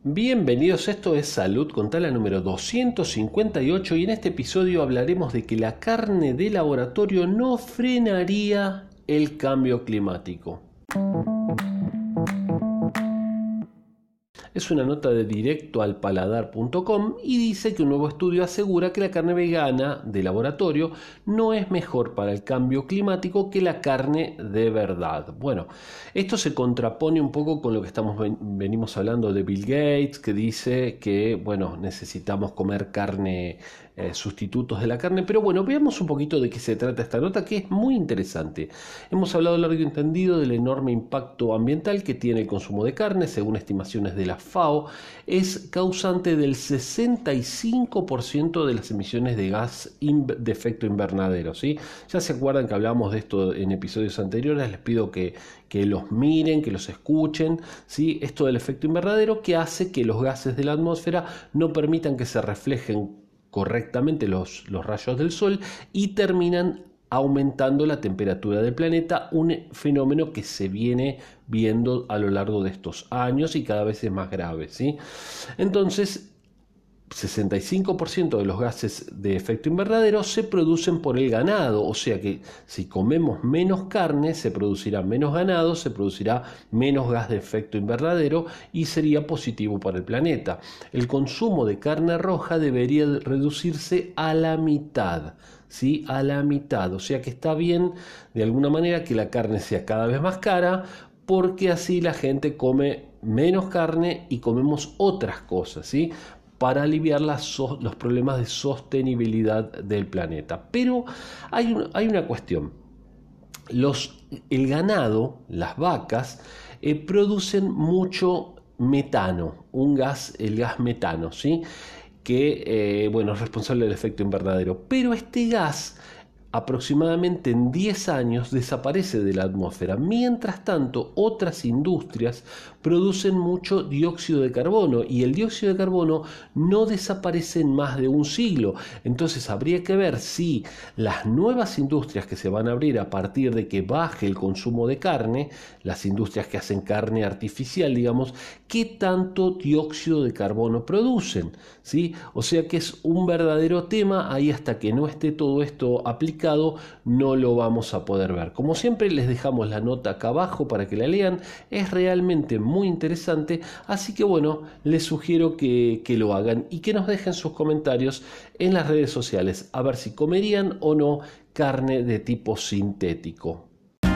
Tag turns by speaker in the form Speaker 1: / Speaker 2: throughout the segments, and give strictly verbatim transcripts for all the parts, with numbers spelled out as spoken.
Speaker 1: Bienvenidos, esto es Salud con Tala número doscientos cincuenta y ocho y en este episodio hablaremos de que la carne de laboratorio no frenaría el cambio climático. Es una nota de directo al paladar punto com y dice que un nuevo estudio asegura que la carne vegana de laboratorio no es mejor para el cambio climático que la carne de verdad. Bueno, esto se contrapone un poco con lo que estamos venimos hablando de Bill Gates, que dice que bueno, necesitamos comer carne, eh, sustitutos de la carne, pero bueno, veamos un poquito de qué se trata esta nota, que es muy interesante. Hemos hablado largo y entendido del enorme impacto ambiental que tiene el consumo de carne. Según estimaciones de la FAO, es causante del sesenta y cinco por ciento de las emisiones de gas de efecto invernadero, ¿sí? Ya se acuerdan que hablamos de esto en episodios anteriores, les pido que, que los miren, que los escuchen, ¿sí? Esto del efecto invernadero que hace que los gases de la atmósfera no permitan que se reflejen correctamente los, los rayos del sol y terminan aumentando la temperatura del planeta, un fenómeno que se viene viendo a lo largo de estos años y cada vez es más grave, ¿sí? Entonces, sesenta y cinco por ciento de los gases de efecto invernadero se producen por el ganado, o sea que si comemos menos carne se producirá menos ganado, se producirá menos gas de efecto invernadero y sería positivo para el planeta. El consumo de carne roja debería reducirse a la mitad, ¿sí? A la mitad, o sea que está bien de alguna manera que la carne sea cada vez más cara, porque así la gente come menos carne y comemos otras cosas, ¿sí? Para aliviar las, los problemas de sostenibilidad del planeta. Pero hay, un, hay una cuestión. Los, el ganado, las vacas, eh, producen mucho metano, un gas, el gas metano, ¿sí? que eh, bueno, es responsable del efecto invernadero. Pero este gas aproximadamente en diez años desaparece de la atmósfera. Mientras tanto, otras industrias producen mucho dióxido de carbono y el dióxido de carbono no desaparece en más de un siglo. Entonces habría que ver si las nuevas industrias que se van a abrir a partir de que baje el consumo de carne, las industrias que hacen carne artificial, digamos, qué tanto dióxido de carbono producen, ¿sí? O sea que es un verdadero tema. Ahí hasta que no esté todo esto aplicado no lo vamos a poder ver. Como siempre les dejamos la nota acá abajo para que la lean, es realmente muy interesante, así que bueno, les sugiero que, que lo hagan y que nos dejen sus comentarios en las redes sociales a ver si comerían o no carne de tipo sintético.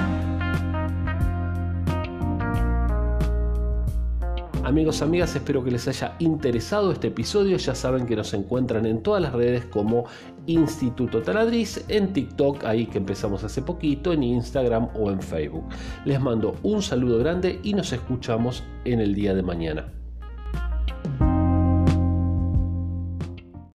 Speaker 1: Amigos, amigas, espero que les haya interesado este episodio. Ya saben que nos encuentran en todas las redes como Instituto Taladriz, en TikTok, ahí que empezamos hace poquito, en Instagram o en Facebook. Les mando un saludo grande y nos escuchamos en el día de mañana.